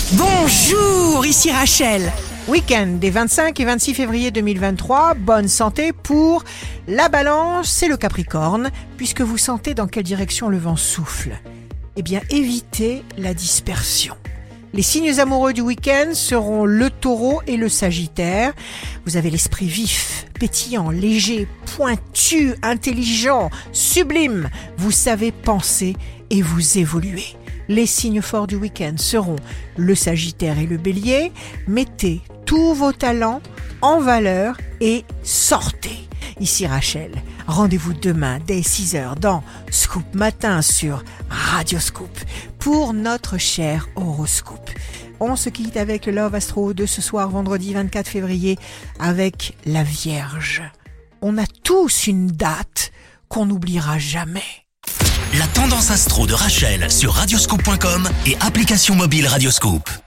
Bonjour, ici Rachel. Week-end des 25 et 26 février 2023, bonne santé pour la Balance et le Capricorne, puisque vous sentez dans quelle direction le vent souffle. Eh bien, évitez la dispersion. Les signes amoureux du week-end seront le Taureau et le Sagittaire. Vous avez l'esprit vif, pétillant, léger, pointu, intelligent, sublime. Vous savez penser et vous évoluer. Les signes forts du week-end seront le Sagittaire et le Bélier. Mettez tous vos talents en valeur et sortez. Ici Rachel, rendez-vous demain dès 6h dans Scoop Matin sur Radio Scoop pour notre cher horoscope. On se quitte avec le Love Astro de ce soir vendredi 24 février avec la Vierge. On a tous une date qu'on n'oubliera jamais. La tendance astro de Rachel sur radioscoop.com et application mobile Radioscoop.